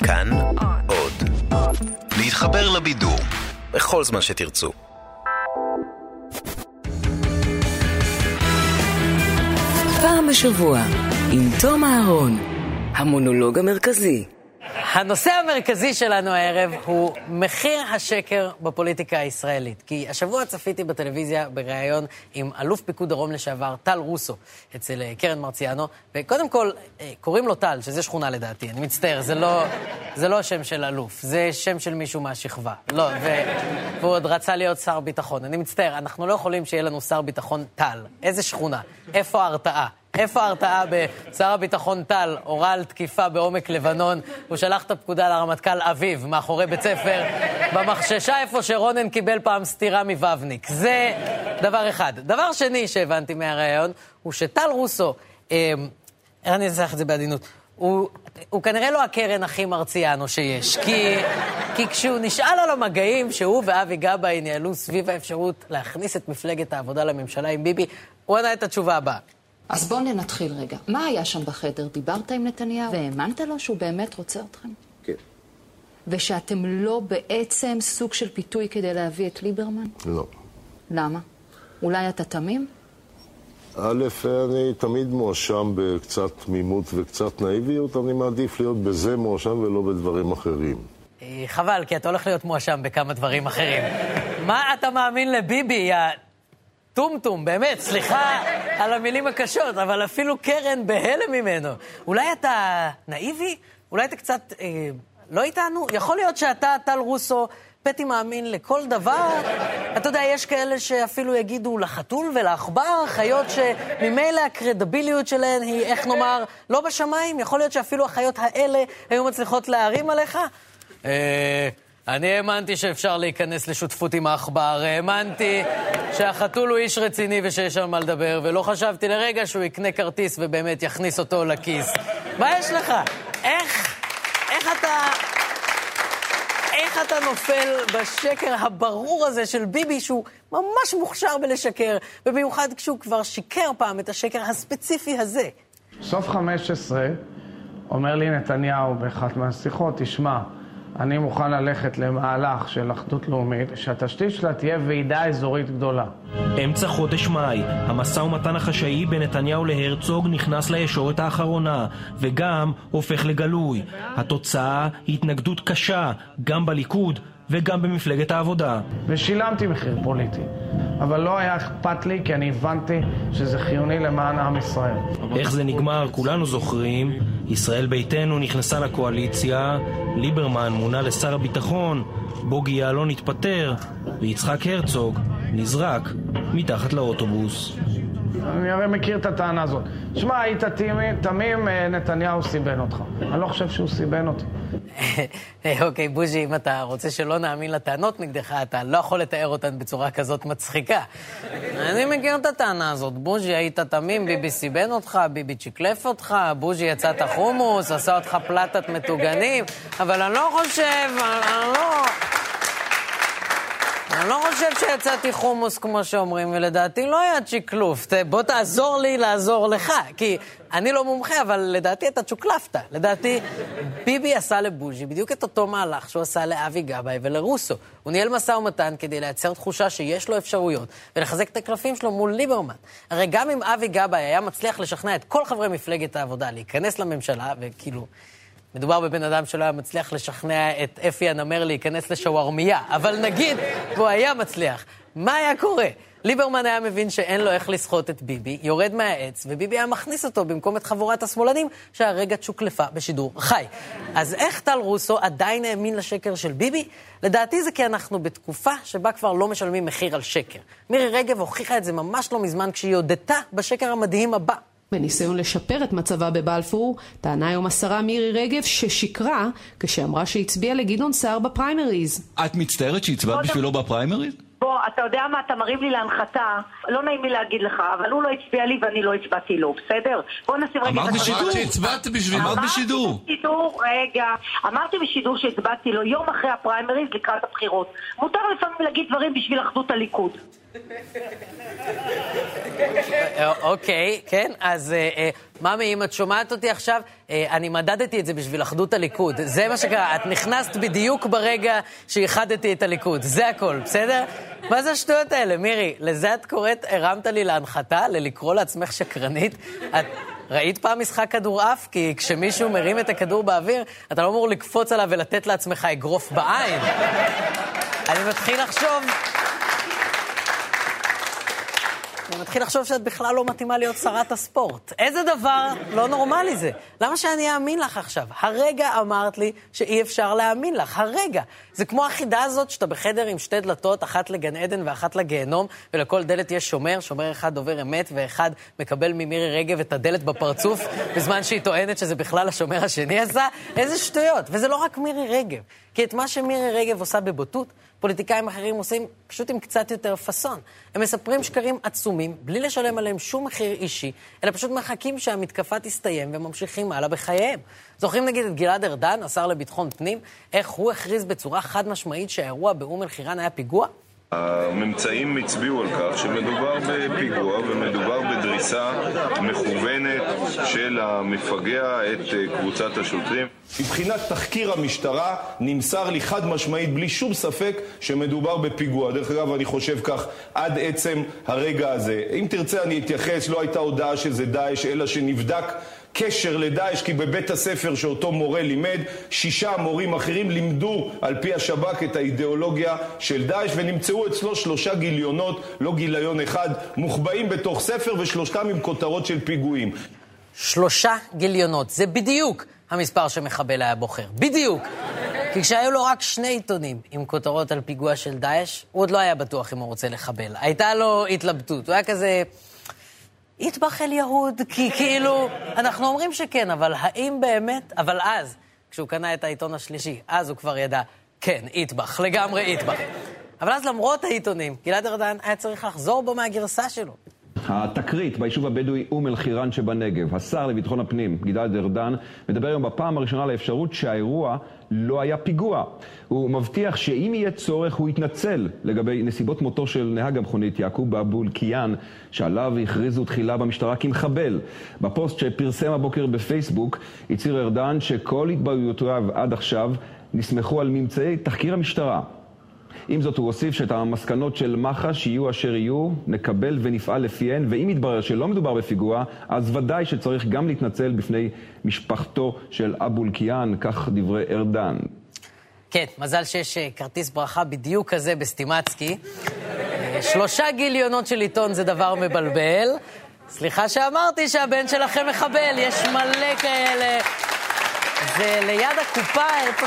כאן עוד. להתחבר לבידור בכל זמן שתרצו. פעם בשבוע עם תום אהרון, המונולוג המרכזי. הנושא המרכזי שלנו הערב הוא מחיר השקר בפוליטיקה הישראלית. כי השבוע צפיתי בטלוויזיה בריאיון עם אלוף פיקוד דרום לשעבר, טל רוסו, אצל קרן מרציאנו, וקודם כל, קוראים לו טל, שזה שכונה לדעתי, אני מצטער, זה לא השם של אלוף, זה שם של מישהו מהשכבה. לא, והוא עוד רצה להיות שר ביטחון. אני מצטער, אנחנו לא יכולים שיהיה לנו שר ביטחון טל. איזה שכונה? איפה ההרתעה? איפה ההרתעה בשר הביטחון טל, הורה על תקיפה בעומק לבנון, הוא שלח את הפקודה לרמטכ"ל אביב, מאחורי בית ספר, במחששה איפה שרונן קיבל פעם סתירה מבבניק. זה דבר אחד. דבר שני שהבנתי מהרעיון, הוא שטל רוסו, אני אנסח את זה בעדינות, הוא כנראה לא הקרן הכי מרציאנו שיש, כי כשהוא נשאל על המגעים שהוא ואבי גבאי ניהלו סביב האפשרות להכניס את מפלגת העבודה לממשלה עם ביבי, הוא ענה את התשובה הבאה. אז בואו נתחיל רגע. מה היה שם בחדר? דיברת עם נתניהו? והאמנת לו שהוא באמת רוצה אתכם? כן. ושאתם לא בעצם סוג של פיתוי כדי להביא את ליברמן? לא. למה? אולי אתה תמים? א', אני תמיד מואשם בקצת תמימות וקצת נאיביות, אני מעדיף להיות בזה מואשם ולא בדברים אחרים. חבל, כי אתה הולך להיות מואשם בכמה דברים אחרים. מה אתה מאמין לביבי, יא... טום, באמת, סליחה על המילים הקשות, אבל אפילו קרן בהלם ממנו. אולי אתה נאיבי? אולי אתה קצת לא איתנו? יכול להיות שאתה, טל רוסו, פתי מאמין לכל דבר? אתה יודע, יש כאלה שאפילו יגידו לחתול ולעכבר, חיות שממילא הקרדיביליות שלהן היא, איך נאמר, לא בשמיים. יכול להיות שאפילו החיות האלה היו מצליחות להרים עליך? אני האמנתי שאפשר להיכנס לשותפות עם האחבר, האמנתי שהחתול הוא איש רציני ושיש שם מה לדבר, ולא חשבתי לרגע שהוא יקנה כרטיס ובאמת יכניס אותו לכיס. מה יש לך? איך אתה נופל בשקר הברור הזה של ביבי, שהוא ממש מוכשר בלשקר, ובמיוחד כשהוא כבר שיקר פעם את השקר הספציפי הזה? סוף 15 אומר לי נתניהו באחת מהשיחות, תשמע, אני מוכן ללכת למהלך של אחדות לאומית, שהתשתית שלה תהיה ועידה אזורית גדולה. אמצע חודש מאי, המשא ומתן החשאי בין נתניהו להרצוג נכנס לישורת האחרונה, וגם הופך לגלוי. התוצאה היא התנגדות קשה, גם בליכוד וגם במפלגת העבודה. ושילמתי מחיר פוליטי, אבל לא היה אכפת לי, כי אני הבנתי שזה חיוני למען עם ישראל. איך זה נגמר, כולנו זוכרים. ישראל ביתנו נכנסה לקואליציה, ליברמן מונה לשר הביטחון, בוגי יעלון התפטר, ויצחק הרצוג נזרק מתחת לאוטובוס. אני הרי מכיר את הטענה הזאת. שמע, היית תמים, נתניהו סיבן אותך. אני לא חושב שהוא סיבן אותי. אוקיי, בוז'י, אם אתה רוצה שלא נאמין לטענות נגדך, אתה לא יכול לתאר אותן בצורה כזאת מצחיקה. אני מכיר את הטענה הזאת. בוז'י, היית תמים, ביבי סיבן אותך, ביבי צ'יקלף אותך, בוז'י יצאת חומוס, עשה אותך פלטת מטוגנים, אבל אני לא חושב, אני לא חושב שיצאתי חומוס כמו שאומרים, ולדעתי לא היה צ'יקלוף. בוא תעזור לי לעזור לך, כי אני לא מומחה, אבל לדעתי אתה צ'וקלפת. לדעתי ביבי עשה לבוז'י בדיוק את אותו מהלך שהוא עשה לאבי גבאי ולרוסו. הוא ניהל משא ומתן כדי לייצר תחושה שיש לו אפשרויות, ולחזק את הקלפים שלו מול ליברמן. הרי גם אם אבי גבאי היה מצליח לשכנע את כל חברי מפלגת העבודה להיכנס לממשלה, וכאילו... מדובר בבן אדם שלא היה מצליח לשכנע את אפי הנמר להיכנס לשווארמיה, אבל נגיד, הוא היה מצליח. מה היה קורה? ליברמן היה מבין שאין לו איך לסחוט את ביבי, יורד מהעץ, וביבי היה מכניס אותו במקום את חבורת השמאלנים שהרגע צ'וקלפה בשידור חי. אז איך טל רוסו עדיין האמין לשקר של ביבי? לדעתי זה כי אנחנו בתקופה שבה כבר לא משלמים מחיר על שקר. מירי רגב הוכיחה את זה ממש לא מזמן כשהיא הודתה בשקר המדהים הבא. בניסיון לשפר את מצבה בבלפור, טענה היום השרה מירי רגב ששיקרה כשאמרה שהצביעה לגדעון סער בפריימריז. את מצטערת שהצבעת בשבילו בפריימריז? בוא, אתה יודע מה, אתה מרים לי להנחתה, לא נעים לי להגיד לך, אבל הוא לא הצביע לי ואני לא הצבעתי לו, בסדר? בוא נשים רגע... אמרת בשידור? שהצבעת בשבילו. אמרת בשידור. אמרתי בשידור, רגע. אמרתי בשידור שהצבעתי לו יום אחרי הפריימריז לקראת הבחירות. מותר לפעמים להגיד דברים בשביל אחדות הליכוד. אוקיי, כן, אז ממי, אם את שומעת אותי עכשיו, אני מדדתי את זה בשביל אחדות הליכוד. זה מה שקרה, את נכנסת בדיוק ברגע שהחדתי את הליכוד. זה הכל, בסדר? מה זה השטויות האלה, מירי? לזה את קוראת, הרמת לי להנחתה, ללקרוא לעצמך שקרנית? את ראית פעם משחק כדורעף? כי כשמישהו מרים את הכדור באוויר, אתה לא אמור לקפוץ עליו ולתת לעצמך אגרוף בעין. אני מתחיל לחשוב שאת בכלל לא מתאימה להיות שרת הספורט. איזה דבר לא נורמלי זה. למה שאני אאמין לך עכשיו? הרגע אמרת לי שאי אפשר להאמין לך. הרגע. זה כמו החידה הזאת שאתה בחדר עם שתי דלתות, אחת לגן עדן ואחת לגיהנום, ולכל דלת יש שומר, שומר אחד דובר אמת, ואחד מקבל ממירי רגב את הדלת בפרצוף, בזמן שהיא טוענת שזה בכלל השומר השני עשה. איזה שטויות. וזה לא רק מירי רגב. כי את מה שמירי רגב עושה בבוטות, פוליטיקאים אחרים עושים פשוט עם קצת יותר פסון. הם מספרים שקרים עצומים, בלי לשלם עליהם שום מחיר אישי, אלא פשוט מחכים שהמתקפה תסתיים וממשיכים הלאה בחייהם. זוכרים נגיד את גלעד ארדן, השר לביטחון פנים, איך הוא הכריז בצורה חד משמעית שהאירוע באום אל-חיראן היה פיגוע? הממצאים הצביעו על כך שמדובר בפיגוע ומדובר בדריסה מכוונת של המפגע את קבוצת השוטרים. מבחינת תחקיר המשטרה נמסר לי חד משמעית בלי שום ספק שמדובר בפיגוע. דרך אגב, אני חושב כך עד עצם הרגע הזה. אם תרצה אני אתייחס, לא הייתה הודעה שזה דאעש, אלא שנבדק קשר לדאעש, כי בבית הספר שאותו מורה לימד, 6 מורים אחרים לימדו על פי השב"כ את האידיאולוגיה של דאעש, ונמצאו אצלו 3 גיליונות, לא גיליון אחד, מוחבאים בתוך ספר, ושלושתם עם כותרות של פיגועים. 3 גיליונות, זה בדיוק המספר שמחבל היה בוחר. בדיוק. כי כשהיו לו רק 2 עיתונים עם כותרות על פיגוע של דאעש, הוא עוד לא היה בטוח אם הוא רוצה לחבל. הייתה לו התלבטות, הוא היה כזה יטבח אל יהוד, כי כאילו, אנחנו אומרים שכן, אבל האם באמת, אבל אז, כשהוא קנה את העיתון השלישי, אז הוא כבר ידע, כן, יטבח, לגמרי יטבח. אבל אז למרות העיתונים, גלעד ארדן היה צריך לחזור בו מהגרסה שלו. התקרית ביישוב הבדואי אום אל-חיראן שבנגב, השר לביטחון הפנים, גלעד ארדן, מדבר היום בפעם הראשונה על האפשרות שהאירוע לא היה פיגוע. הוא מבטיח שאם יהיה צורך הוא יתנצל לגבי נסיבות מותו של נהג המכונית יעקוב אבו אלקיעאן, שעליו הכריזו תחילה במשטרה כמחבל. בפוסט שפרסם הבוקר בפייסבוק הצהיר ארדן שכל התבטאויותיו עד עכשיו נסמכו על ממצאי תחקיר המשטרה. עם זאת הוא הוסיף שאת המסקנות של מח"ש יהיו אשר יהיו, נקבל ונפעל לפיהן, ואם יתברר שלא מדובר בפיגוע, אז ודאי שצריך גם להתנצל בפני משפחתו של אבו אלקיעאן, כך דברי ארדן. כן, מזל שיש כרטיס ברכה בדיוק כזה בסטימצקי. 3 גיליונות של עיתון זה דבר מבלבל. סליחה שאמרתי שהבן שלכם מחבל, יש מלא כאלה. זה ליד הקופה,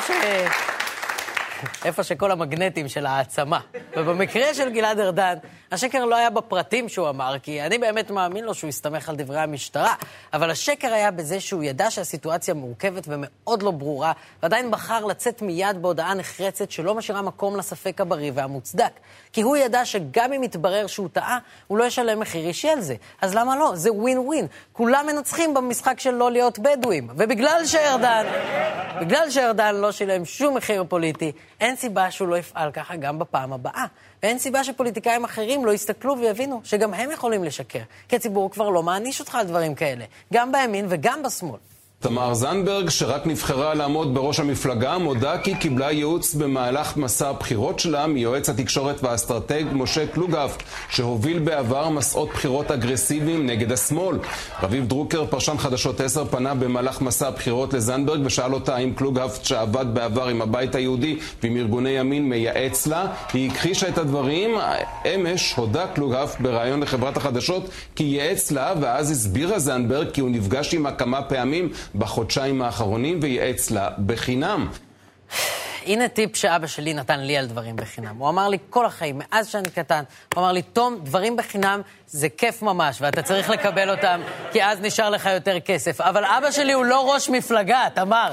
איפה שכל המגנטים של העצמה. ובמקרה של גלעד ארדן, השקר לא היה בפרטים שהוא אמר, כי אני באמת מאמין לו שהוא הסתמך על דברי המשטרה, אבל השקר היה בזה שהוא ידע שהסיטואציה מורכבת ומאוד לא ברורה, ועדיין בחר לצאת מיד בהודעה נחרצת שלא משאירה מקום לספק הבריא והמוצדק. כי הוא ידע שגם אם יתברר שהוא טעה, הוא לא ישלם מחיר אישי על זה. אז למה לא? זה ווין ווין. כולם מנצחים במשחק של לא להיות בדואים. ובגלל שארדן לא שילם שום מחיר פוליטי, אין סיבה שהוא לא יפעל ככה גם בפעם הבאה. ואין סיבה שפוליטיקאים אחרים לא יסתכלו ויבינו שגם הם יכולים לשקר. כי הציבור כבר לא מעניש אותך על דברים כאלה. גם בימין וגם בשמאל. תמר זנדברג, שרק נבחרה לעמוד בראש המפלגה, מודה כי קיבלה ייעוץ במהלך מסע הבחירות שלה מיועץ התקשורת והאסטרטג משה קלוגהפט, שהוביל בעבר מסעות בחירות אגרסיביים נגד השמאל. רביב דרוקר, פרשן חדשות 10, פנה במהלך מסע הבחירות לזנדברג ושאל אותה האם קלוגהפט, שעבד בעבר עם הבית היהודי ועם ארגוני ימין, מייעץ לה. היא הכחישה את הדברים. אמש הודה קלוגהפט בראיון לחברת החדשות כי ייעץ לה, ואז הסבירה זנדברג כי הוא נפגש עמה כמה פעמים בחודשיים האחרונים וייעץ לה בחינם. הנה טיפ שאבא שלי נתן לי על דברים בחינם. הוא אמר לי כל החיים, מאז שאני קטן, הוא אמר לי, תום, דברים בחינם זה כיף ממש, ואתה צריך לקבל אותם, כי אז נשאר לך יותר כסף. אבל אבא שלי הוא לא ראש מפלגה, תמר.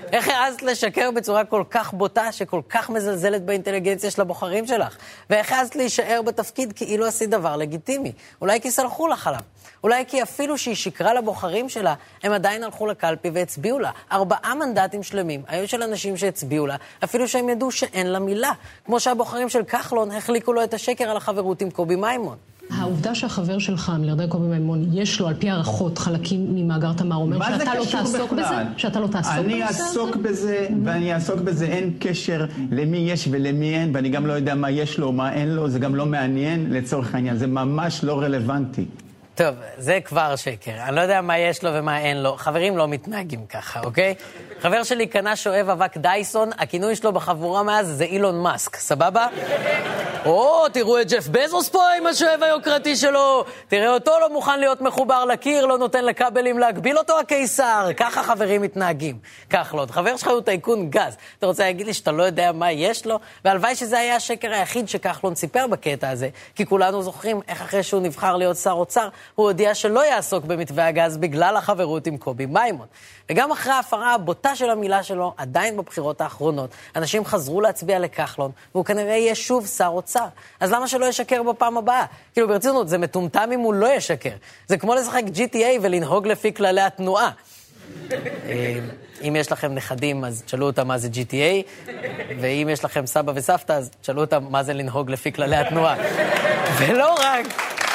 איך העזת לשקר בצורה כל כך בוטה, שכל כך מזלזלת באינטליגנציה של הבוחרים שלך? ואיך העזת להישאר בתפקיד כאילו עשית דבר לגיטימי? אולי כי סלחו לך עליו. אולי כי אפילו שהיא שקרה לבוחרים שלה, הם עדיין הלכו לקלפי והצביעו לה. 4 מנדטים שלמים היו של אנשים שהצביעו לה, אפילו שהם ידעו שאין לה מילה. כמו שהבוחרים של כחלון החליקו לו את השקר על החברות עם קובי מימון. העובדה שהחבר שלך, מיליארדר קובי מימון, יש לו על פי הערכות חלקים ממאגר תמר, אומר שאתה לא תעסוק בזה? שאתה לא תעסוק בזה? אני אעסוק בזה, ואני אעסוק בזה, אין קשר למי יש ולמי אין, ואני גם לא יודע מה יש לו או מה אין לו, זה גם לא מעניין לצורך העניין, זה ממש לא רלוונטי. טוב, זה כבר שקר. אני לא יודע מה יש לו ומה אין לו. חברים לא מתנהגים ככה, אוקיי? חבר שלי קנה שואב אבק דייסון, הכינוי שלו בחבורה מאז זה אילון מאסק, סבבה? תראו את ג'ף בזוס פה עם השואב היוקרתי שלו. תראה אותו לא מוכן להיות מחובר לקיר, לא נותן לכבלים להגביל אותו הקיסר. ככה חברים מתנהגים. כחלון, חבר שלך הוא טייקון גז. אתה רוצה להגיד לי שאתה לא יודע מה יש לו? והלוואי שזה היה השקר היחיד שכחלון סיפר בקטע הזה, כי כולנו זוכרים איך אחרי שהוא נבחר להיות שר אוצר, הוא הודיע שלא יעסוק במתווה הגז בגלל החברות עם קובי מימון. וגם אחרי ההפרה הבוטה של המילה שלו, עדיין בבחירות האחרונות, אנשים חזרו להצביע לכחלון, והוא כנראה יהיה שוב שר אוצר. אז למה שלא ישקר בפעם הבאה? כאילו ברצינות, זה מטומטם אם הוא לא ישקר. זה כמו לשחק GTA ולנהוג לפי כללי התנועה. אם יש לכם נכדים, אז תשאלו אותם מה זה GTA, ואם יש לכם סבא וסבתא, אז תשאלו אותם מה זה לנהוג לפי כללי התנועה. ולא רק...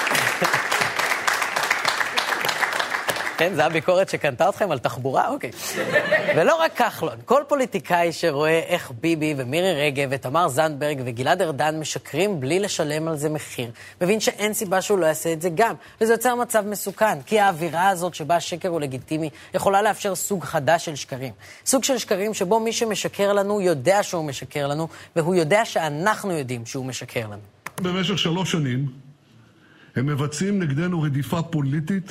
כן, זה הביקורת שקנתה אתכם על תחבורה? אוקיי. ולא רק כחלון, כל פוליטיקאי שרואה איך ביבי ומירי רגב ותמר זנדברג וגלעד ארדן משקרים בלי לשלם על זה מחיר, מבין שאין סיבה שהוא לא יעשה את זה גם. וזה יוצר מצב מסוכן, כי האווירה הזאת שבה השקר הוא לגיטימי יכולה לאפשר סוג חדש של שקרים. סוג של שקרים שבו מי שמשקר לנו יודע שהוא משקר לנו, והוא יודע שאנחנו יודעים שהוא משקר לנו. במשך 3 שנים הם מבצעים נגדנו רדיפה פוליטית,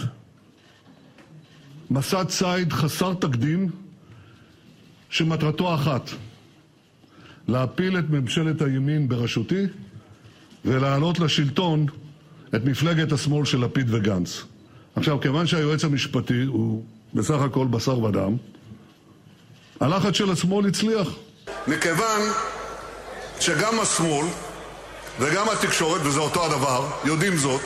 מסע ציד חסר תקדים שמטרתו אחת, להפיל את ממשלת הימין בראשותי ולהעלות לשלטון את מפלגת השמאל של לפיד וגנץ. עכשיו, כיוון שהיועץ המשפטי הוא בסך הכל בשר ודם, הלחץ של השמאל הצליח. מכיוון שגם השמאל וגם התקשורת, וזה אותו הדבר, יודעים זאת,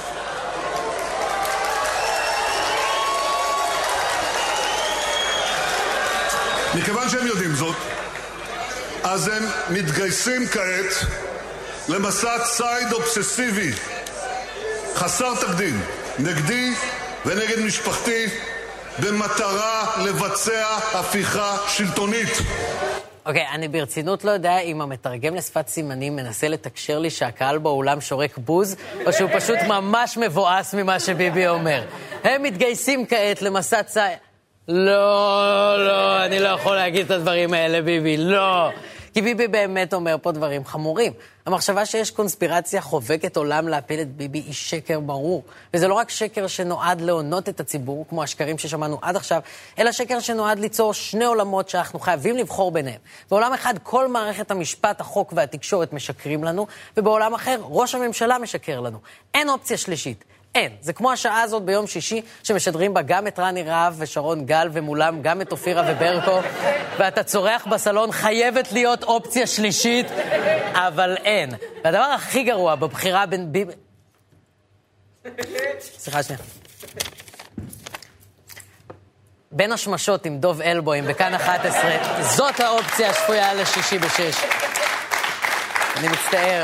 מכיוון שהם יודעים זאת, אז הם מתגייסים כעת למסע ציד אובססיבי חסר תקדים נגדי ונגד משפחתי במטרה לבצע הפיכה שלטונית. אוקיי, אני ברצינות לא יודע אם המתרגם לשפת סימנים מנסה לתקשר לי שהקהל באולם שורק בוז, או שהוא פשוט ממש מבואס ממה שביבי אומר. הם מתגייסים כעת למסע ציד... לא, אני לא יכול להגיד את הדברים האלה, ביבי, לא. כי ביבי באמת אומר פה דברים חמורים. המחשבה שיש קונספירציה חובקת עולם להפיל את ביבי היא שקר ברור. וזה לא רק שקר שנועד להונות את הציבור, כמו השקרים ששמענו עד עכשיו, אלא שקר שנועד ליצור 2 עולמות שאנחנו חייבים לבחור ביניהם. בעולם אחד כל מערכת המשפט, החוק והתקשורת משקרים לנו, ובעולם אחר ראש הממשלה משקר לנו. אין אופציה שלישית. אין. זה כמו השעה הזאת ביום שישי שמשדרים בה גם את רני רהב ושרון גל ומולם גם את אופירה וברקו, ואתה צורח בסלון, חייבת להיות אופציה שלישית, אבל אין. והדבר הכי גרוע בבחירה בין ביבי... סליחה שנייה. בין השמשות עם דוב אלבוים בכאן 11, זאת האופציה השפויה לשישי ב6. אני מצטער.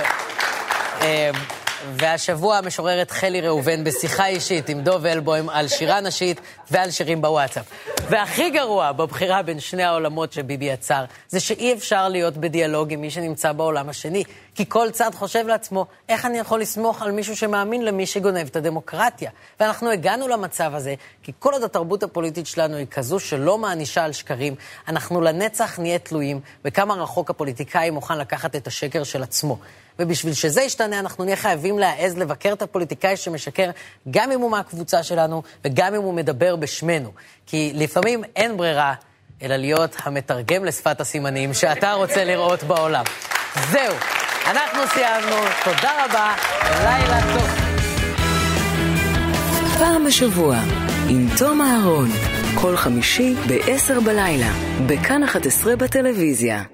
והשבוע המשוררת חלי ראובן בשיחה אישית עם דוב אלבוים על שירה נשית ועל שירים בוואטסאפ. והכי גרוע בבחירה בין 2 העולמות שביבי יצר, זה שאי אפשר להיות בדיאלוג עם מי שנמצא בעולם השני. כי כל צד חושב לעצמו, איך אני יכול לסמוך על מישהו שמאמין למי שגונב את הדמוקרטיה? ואנחנו הגענו למצב הזה, כי כל עוד התרבות הפוליטית שלנו היא כזו שלא מענישה על שקרים, אנחנו לנצח נהיה תלויים בכמה רחוק הפוליטיקאי מוכן לקחת את השקר של עצמו. ובשביל שזה ישתנה, אנחנו נהיה חייבים להעז לבקר את הפוליטיקאי שמשקר, גם אם הוא מהקבוצה שלנו, וגם אם הוא מדבר בשמנו. כי לפעמים אין ברירה, אלא להיות המתרגם לשפת הסימנים שאתה רוצה לראות בעולם. זהו, אנחנו סיימנו, תודה רבה, לילה טוב. פעם בשבוע, עם תום אהרון, כל חמישי ב-10 בלילה, בכאן 11 בטלוויזיה.